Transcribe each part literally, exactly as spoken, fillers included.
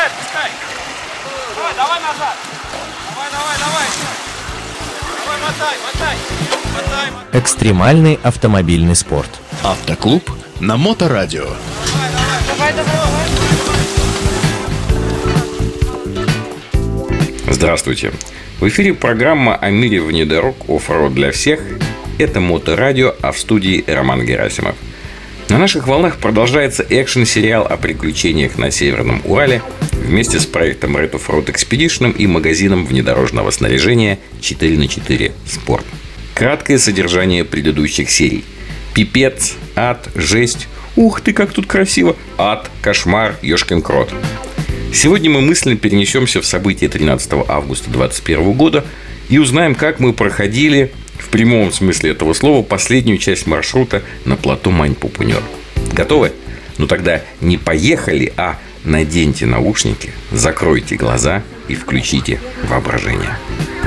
отпускай. Давай, давай назад. Давай, давай, давай. Давай, мотай, мотай. Мотай, мотай. Экстремальный автомобильный спорт. Автоклуб на Моторадио. Давай, давай, давай, давай. Здравствуйте. В эфире программа о мире вне дорог оффроуд для всех. Это Моторадио, а в студии Роман Герасимов. На наших волнах продолжается экшн-сериал о приключениях на Северном Урале вместе с проектом Red Offroad Expedition и магазином внедорожного снаряжения четыре на четыре Sport. Краткое содержание предыдущих серий. Пипец, ад, жесть. Ух ты, как тут красиво. Ад, кошмар, ёшкин крот. Сегодня мы мысленно перенесемся в события тринадцатого августа двадцать первого года и узнаем, как мы проходили, в прямом смысле этого слова, последнюю часть маршрута на плато Мань-Пупунёр. Готовы? Ну тогда не поехали, а наденьте наушники, закройте глаза и включите воображение.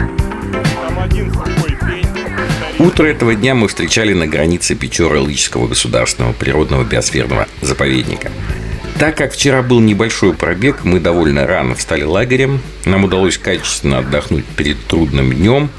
Утро этого дня мы встречали на границе Печора-Лычского государственного природного биосферного заповедника. Так как вчера был небольшой пробег, мы довольно рано встали лагерем. Нам удалось качественно отдохнуть перед трудным днем.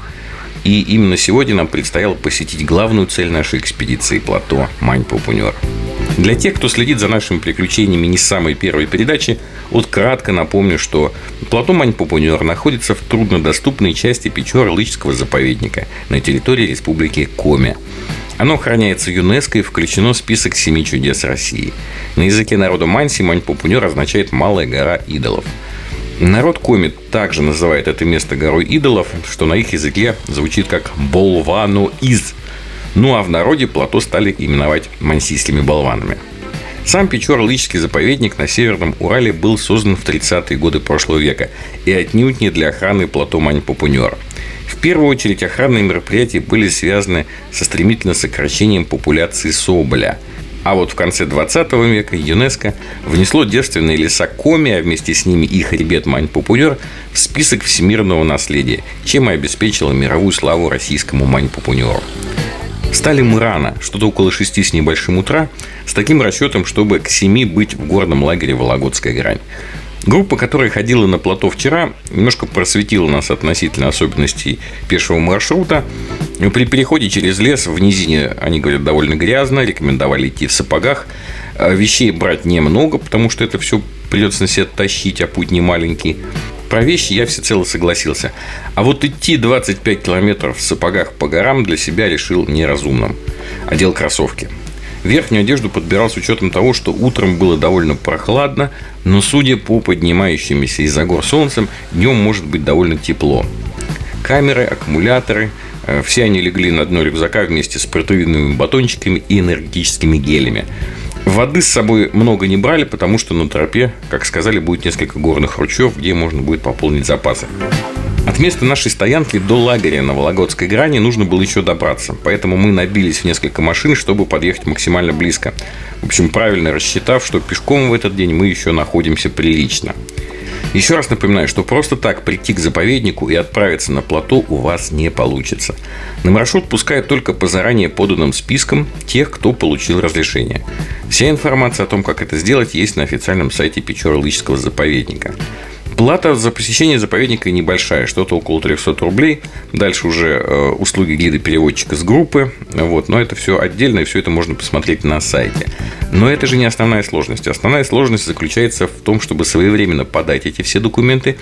И именно сегодня нам предстояло посетить главную цель нашей экспедиции – плато Мань-Пупунёр. Для тех, кто следит за нашими приключениями не с самой первой передачи, вот кратко напомню, что плато Мань-Пупунёр находится в труднодоступной части Печора-Лычского заповедника на территории республики Коми. Оно охраняется ЮНЕСКО и включено в список семи чудес России. На языке народа манси Мань-Пупунёр означает «малая гора идолов». Народ Коми также называет это место горой идолов, что на их языке звучит как «болвану-из». Ну а в народе плато стали именовать мансийскими болванами. Сам Печора-Лычский заповедник на Северном Урале был создан в тридцатые годы прошлого века и отнюдь не для охраны плато Мань-Пупунёр. В первую очередь охранные мероприятия были связаны со стремительным сокращением популяции соболя. А вот в конце двадцатого века ЮНЕСКО внесло девственные леса Коми, а вместе с ними и хребет Мань-Пупунёр в список всемирного наследия, чем и обеспечило мировую славу российскому Мань-Пупунёру. Встали мы рано, что-то около шести с небольшим утра, с таким расчетом, чтобы к семи быть в горном лагере Вологодская грань. Группа, которая ходила на плато вчера, немножко просветила нас относительно особенностей пешего маршрута. При переходе через лес в низине, они говорят, довольно грязно, рекомендовали идти в сапогах. Вещей брать немного, потому что это все придется на себя тащить, а путь не маленький. Про вещи я всецело согласился. А вот идти двадцать пять километров в сапогах по горам для себя решил неразумным. Одел кроссовки. Верхнюю одежду подбирал с учетом того, что утром было довольно прохладно, но, судя по поднимающимся из-за гор солнцем, днем может быть довольно тепло. Камеры, аккумуляторы, все они легли на дно рюкзака вместе с протеиновыми батончиками и энергетическими гелями. Воды с собой много не брали, потому что на тропе, как сказали, будет несколько горных ручьев, где можно будет пополнить запасы. От места нашей стоянки до лагеря на Вологодской грани нужно было еще добраться. Поэтому мы набились в несколько машин, чтобы подъехать максимально близко. В общем, правильно рассчитав, что пешком в этот день мы еще находимся прилично. Еще раз напоминаю, что просто так прийти к заповеднику и отправиться на плато у вас не получится. На маршрут пускают только по заранее поданным спискам тех, кто получил разрешение. Вся информация о том, как это сделать, есть на официальном сайте Печора-Лычского заповедника. Плата за посещение заповедника небольшая, что-то около триста рублей. Дальше уже э, услуги гида-переводчика с группы. Вот, но это все отдельно, и все это можно посмотреть на сайте. Но это же не основная сложность. Основная сложность заключается в том, чтобы своевременно подать эти все документы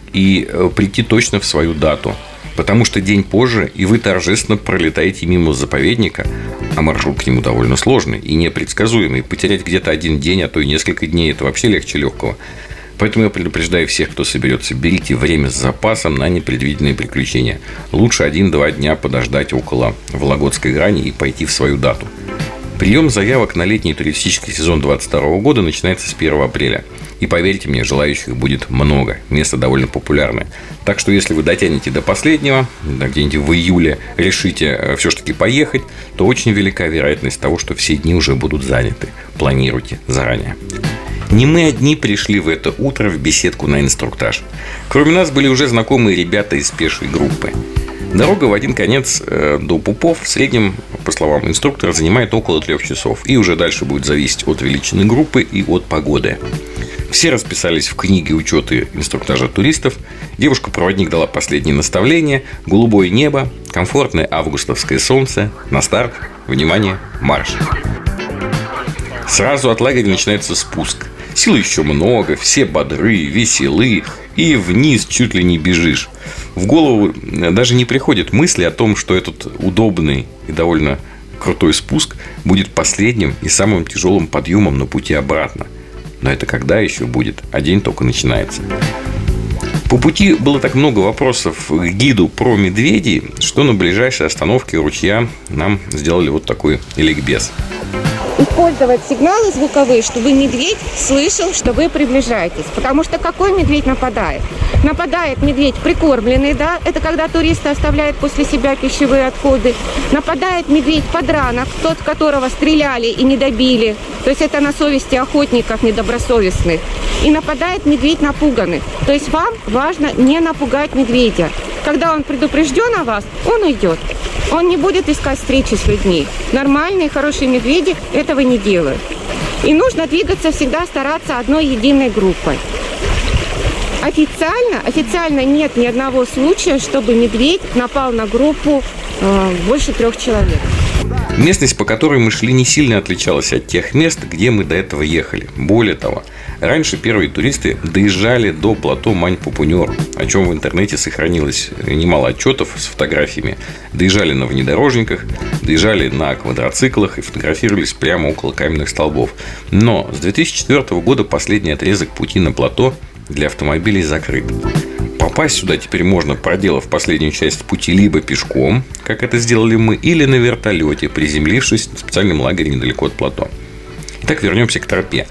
и э, прийти точно в свою дату. Потому что день позже, и вы торжественно пролетаете мимо заповедника, а маршрут к нему довольно сложный и непредсказуемый. Потерять где-то один день, а то и несколько дней – это вообще легче легкого. Поэтому я предупреждаю всех, кто соберется, берите время с запасом на непредвиденные приключения. Лучше один-два дня подождать около Вологодской грани и пойти в свою дату. Прием заявок на летний туристический сезон двадцать второго года начинается с первого апреля. И поверьте мне, желающих будет много. Место довольно популярное. Так что если вы дотянете до последнего, где-нибудь в июле решите все-таки поехать, то очень велика вероятность того, что все дни уже будут заняты. Планируйте заранее. Не мы одни пришли в это утро в беседку на инструктаж. Кроме нас были уже знакомые ребята из пешей группы. Дорога в один конец э, до Пупов в среднем, по словам инструктора, занимает около трех часов. И уже дальше будет зависеть от величины группы и от погоды. Все расписались в книге учета инструктажа туристов. Девушка-проводник дала последние наставления. Голубое небо, комфортное августовское солнце. На старт. Внимание, марш. Сразу от лагеря начинается спуск. Сил еще много, все бодры, веселы. И вниз чуть ли не бежишь. В голову даже не приходит мысли о том, что этот удобный и довольно крутой спуск будет последним и самым тяжелым подъемом на пути обратно. Но это когда еще будет? А день только начинается. По пути было так много вопросов к гиду про медведей, что на ближайшей остановке у ручья нам сделали вот такой ликбез. Использовать сигналы звуковые, чтобы медведь слышал, что вы приближаетесь. Потому что какой медведь нападает? Нападает медведь прикормленный, да, это когда туристы оставляют после себя пищевые отходы. Нападает медведь подранок, тот, которого стреляли и не добили. То есть это на совести охотников недобросовестных. И нападает медведь напуганный. То есть вам важно не напугать медведя. Когда он предупрежден о вас, он уйдет. Он не будет искать встречи с людьми. Нормальные, хорошие медведи этого не делают. И нужно двигаться всегда, стараться одной единой группой. Официально, официально нет ни одного случая, чтобы медведь напал на группу э, больше трех человек. Местность, по которой мы шли, не сильно отличалась от тех мест, где мы до этого ехали. Более того, раньше первые туристы доезжали до плато Мань-Пупуньор, о чем в интернете сохранилось немало отчетов с фотографиями. Доезжали на внедорожниках, доезжали на квадроциклах и фотографировались прямо около каменных столбов. Но с две тысячи четвёртого года последний отрезок пути на плато для автомобилей закрыт. Попасть сюда теперь можно, проделав последнюю часть пути либо пешком, как это сделали мы, или на вертолете, приземлившись в специальном лагере недалеко от плато. Итак, вернемся к тропе.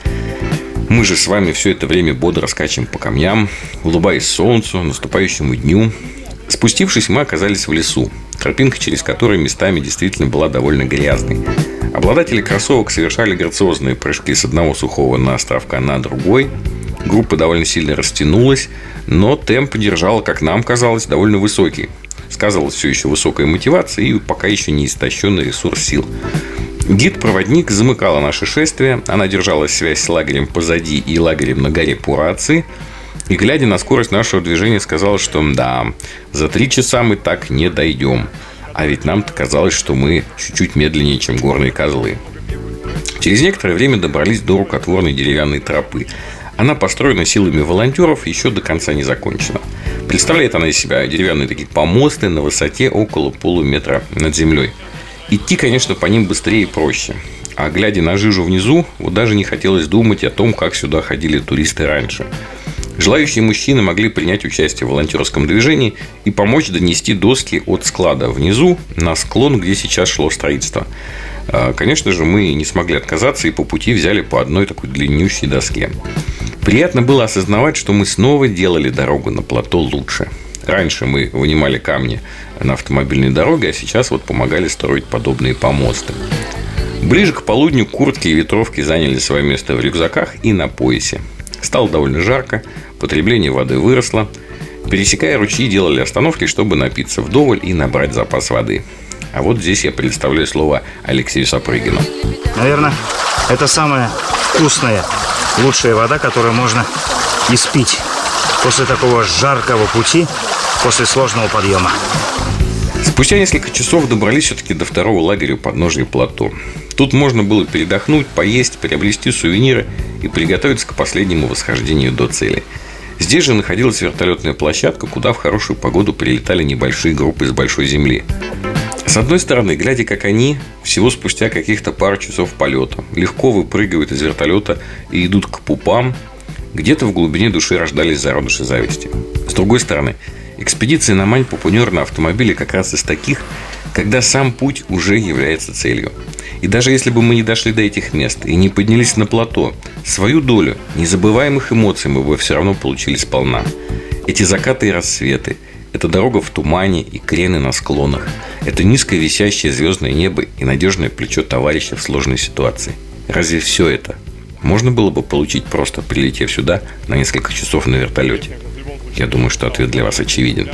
Мы же с вами все это время бодро скачем по камням, улыбаясь солнцу, наступающему дню. Спустившись, мы оказались в лесу, тропинка через которую местами действительно была довольно грязной. Обладатели кроссовок совершали грациозные прыжки с одного сухого на островка на другой. Группа довольно сильно растянулась, но темп держала, как нам казалось, довольно высокий. Сказывалась все еще высокая мотивация и пока еще не истощенный ресурс сил. Гид-проводник замыкала наше шествие. Она держала связь с лагерем позади и лагерем на горе Пураци. И, глядя на скорость нашего движения, сказала, что да, за три часа мы так не дойдем. А ведь нам-то казалось, что мы чуть-чуть медленнее, чем горные козлы. Через некоторое время добрались до рукотворной деревянной тропы. Она построена силами волонтеров, еще до конца не закончена. Представляет она из себя деревянные такие помосты на высоте около полуметра над землей. Идти, конечно, по ним быстрее и проще. А глядя на жижу внизу, вот даже не хотелось думать о том, как сюда ходили туристы раньше. Желающие мужчины могли принять участие в волонтерском движении и помочь донести доски от склада внизу на склон, где сейчас шло строительство. Конечно же, мы не смогли отказаться и по пути взяли по одной такой длиннющей доске. Приятно было осознавать, что мы снова делали дорогу на плато лучше. Раньше мы вынимали камни на автомобильной дороге, а сейчас вот помогали строить подобные помосты. Ближе к полудню куртки и ветровки заняли свое место в рюкзаках и на поясе. Стало довольно жарко, потребление воды выросло. Пересекая ручьи, делали остановки, чтобы напиться вдоволь и набрать запас воды. А вот здесь я предоставляю слово Алексею Сапрыгину. Наверное, это самая вкусная, лучшая вода, которую можно испить после такого жаркого пути, после сложного подъема. Спустя несколько часов добрались все-таки до второго лагеря у подножия плато. Тут можно было передохнуть, поесть, приобрести сувениры и приготовиться к последнему восхождению до цели. Здесь же находилась вертолетная площадка, куда в хорошую погоду прилетали небольшие группы с большой земли. С одной стороны, глядя, как они, всего спустя каких-то пару часов полета, легко выпрыгивают из вертолета и идут к пупам, где-то в глубине души рождались зародыши зависти. С другой стороны, экспедиции на Мань-Пупуньор на автомобиле как раз из таких, когда сам путь уже является целью. И даже если бы мы не дошли до этих мест и не поднялись на плато, свою долю незабываемых эмоций мы бы все равно получили сполна. Эти закаты и рассветы, это дорога в тумане и крены на склонах, это низко висящее звездное небо и надежное плечо товарища в сложной ситуации. Разве все это можно было бы получить, просто прилетев сюда на несколько часов на вертолете? Я думаю, что ответ для вас очевиден.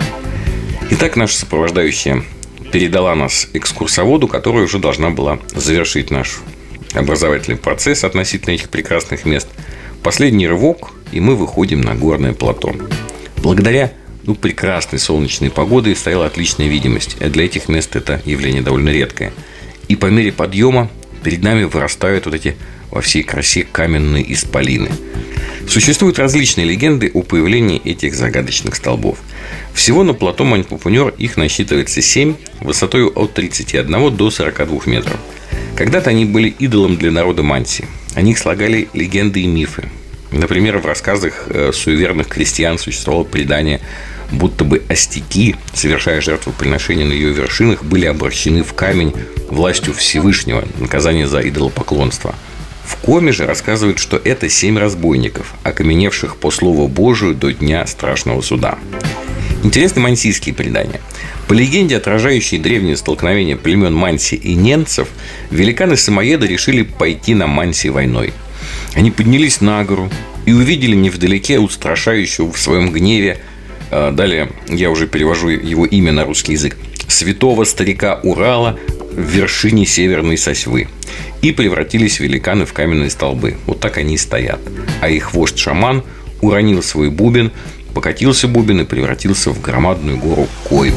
Итак, наша сопровождающая передала нас экскурсоводу, которая уже должна была завершить наш образовательный процесс относительно этих прекрасных мест. Последний рывок, и мы выходим на горное плато. Благодаря ну, прекрасной солнечной погоде стояла отличная видимость. А для этих мест это явление довольно редкое. И по мере подъема перед нами вырастают вот эти во всей красе каменные исполины. Существуют различные легенды о появлении этих загадочных столбов. Всего на плато Маньпупуньор их насчитывается семь, высотой от тридцати одного до сорока двух метров. Когда-то они были идолом для народа Манси. О них слагали легенды и мифы. Например, в рассказах суеверных крестьян существовало предание, будто бы астеки, совершая жертвоприношения на ее вершинах, были обращены в камень властью Всевышнего, наказание за идолопоклонство. В Коме же рассказывают, что это семь разбойников, окаменевших по слову Божию до дня страшного суда. Интересны мансийские предания. По легенде, отражающей древние столкновения племен Манси и ненцев, великаны-самоеды решили пойти на Манси войной. Они поднялись на гору и увидели невдалеке устрашающего в своем гневе, далее я уже перевожу его имя на русский язык, святого старика Урала в вершине северной сосьвы. И превратились великаны в каменные столбы. Вот так они и стоят. А их вождь-шаман уронил свой бубен, покатился бубен и превратился в громадную гору Койб.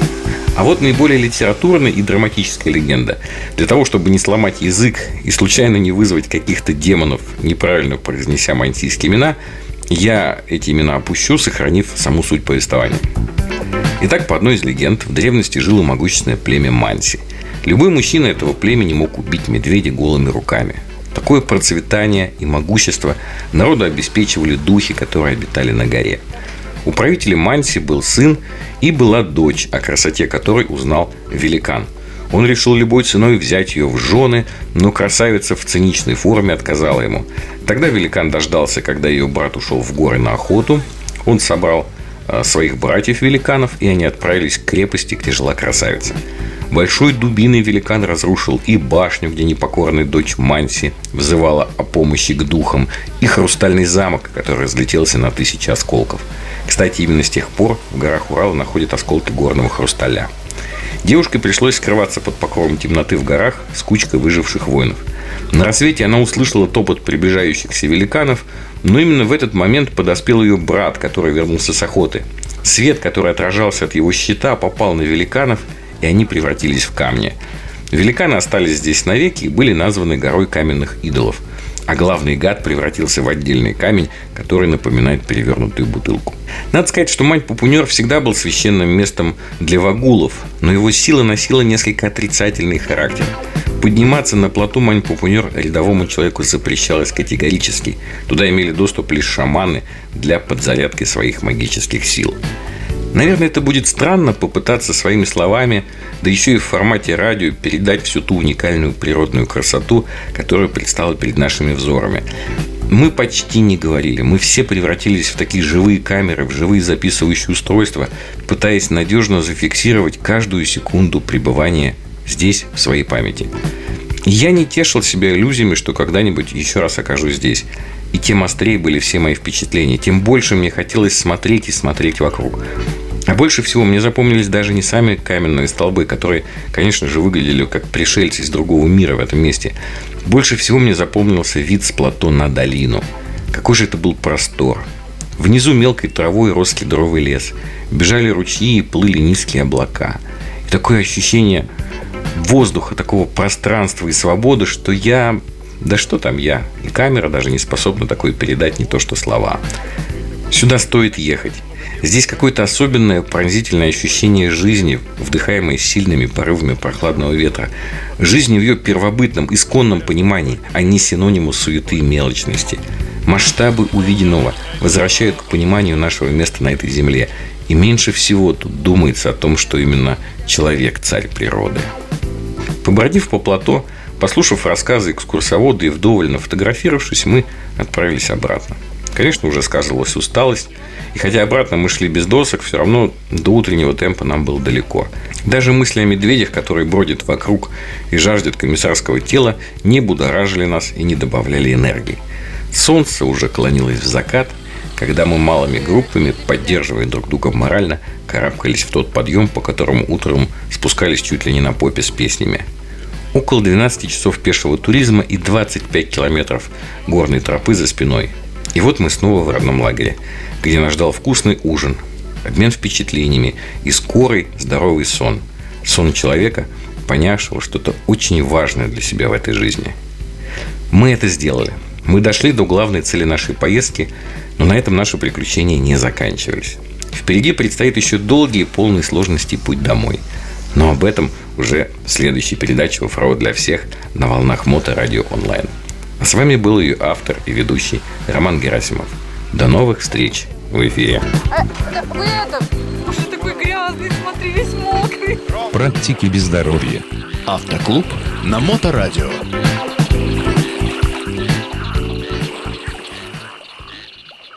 А вот наиболее литературная и драматическая легенда. Для того, чтобы не сломать язык и случайно не вызвать каких-то демонов, неправильно произнеся мансийские имена, я эти имена опущу, сохранив саму суть повествования. Итак, по одной из легенд, в древности жило могущественное племя Манси. Любой мужчина этого племени мог убить медведя голыми руками. Такое процветание и могущество народу обеспечивали духи, которые обитали на горе. У правителя Манси был сын и была дочь, о красоте которой узнал великан. Он решил любой ценой взять ее в жены, но красавица в циничной форме отказала ему. Тогда великан дождался, когда ее брат ушел в горы на охоту. Он собрал своих братьев-великанов, и они отправились к крепости, где жила красавица. Большой дубиной великан разрушил и башню, где непокорная дочь Манси взывала о помощи к духам, и хрустальный замок, который разлетелся на тысячи осколков. Кстати, именно с тех пор в горах Урала находят осколки горного хрусталя. Девушке пришлось скрываться под покровом темноты в горах с кучкой выживших воинов. На рассвете она услышала топот приближающихся великанов, но именно в этот момент подоспел ее брат, который вернулся с охоты. Свет, который отражался от его щита, попал на великанов, и они превратились в камни. Великаны остались здесь навеки и были названы горой каменных идолов. А главный гад превратился в отдельный камень, который напоминает перевернутую бутылку. Надо сказать, что Маньпупуньор всегда был священным местом для вагулов, но его сила носила несколько отрицательный характер. Подниматься на плато Маньпупуньор рядовому человеку запрещалось категорически. Туда имели доступ лишь шаманы для подзарядки своих магических сил. Наверное, это будет странно попытаться своими словами, да еще и в формате радио, передать всю ту уникальную природную красоту, которая предстала перед нашими взорами. Мы почти не говорили, мы все превратились в такие живые камеры, в живые записывающие устройства, пытаясь надежно зафиксировать каждую секунду пребывания здесь, в своей памяти. Я не тешил себя иллюзиями, что когда-нибудь еще раз окажусь здесь. И тем острее были все мои впечатления, тем больше мне хотелось смотреть и смотреть вокруг. А больше всего мне запомнились даже не сами каменные столбы, которые, конечно же, выглядели как пришельцы из другого мира в этом месте. Больше всего мне запомнился вид с плато на долину. Какой же это был простор. Внизу мелкой травой рос кедровый лес. Бежали ручьи и плыли низкие облака. И такое ощущение воздуха, такого пространства и свободы, что я... Да что там я? И камера даже не способна такое передать, не то что слова. Сюда стоит ехать. Здесь какое-то особенное пронзительное ощущение жизни, вдыхаемое сильными порывами прохладного ветра. Жизни в ее первобытном, исконном понимании, а не синониму суеты и мелочности. Масштабы увиденного возвращают к пониманию нашего места на этой земле. И меньше всего тут думается о том, что именно человек – царь природы. Побродив по плато, послушав рассказы экскурсовода и вдоволь нафотографировавшись, мы отправились обратно. Конечно, уже сказывалась усталость, и хотя обратно мы шли без досок, все равно до утреннего темпа нам было далеко. Даже мысли о медведях, которые бродят вокруг и жаждут комиссарского тела, не будоражили нас и не добавляли энергии. Солнце уже клонилось в закат, когда мы малыми группами, поддерживая друг друга морально, карабкались в тот подъем, по которому утром спускались чуть ли не на попе с песнями. Около двенадцати часов пешего туризма и двадцать пять километров горной тропы за спиной. И вот мы снова в родном лагере, где нас ждал вкусный ужин, обмен впечатлениями и скорый здоровый сон. Сон человека, понявшего что-то очень важное для себя в этой жизни. Мы это сделали. Мы дошли до главной цели нашей поездки, но на этом наши приключения не заканчивались. Впереди предстоит еще долгий и полный сложностей путь домой. Но об этом уже в следующей передаче «Оффроуд для всех» на волнах Моторадио онлайн. А с вами был ее автор и ведущий Роман Герасимов. До новых встреч в эфире. А, вы это, уже такой грязный, смотри, весь мокрый. Практики без здоровья. Автоклуб на Моторадио.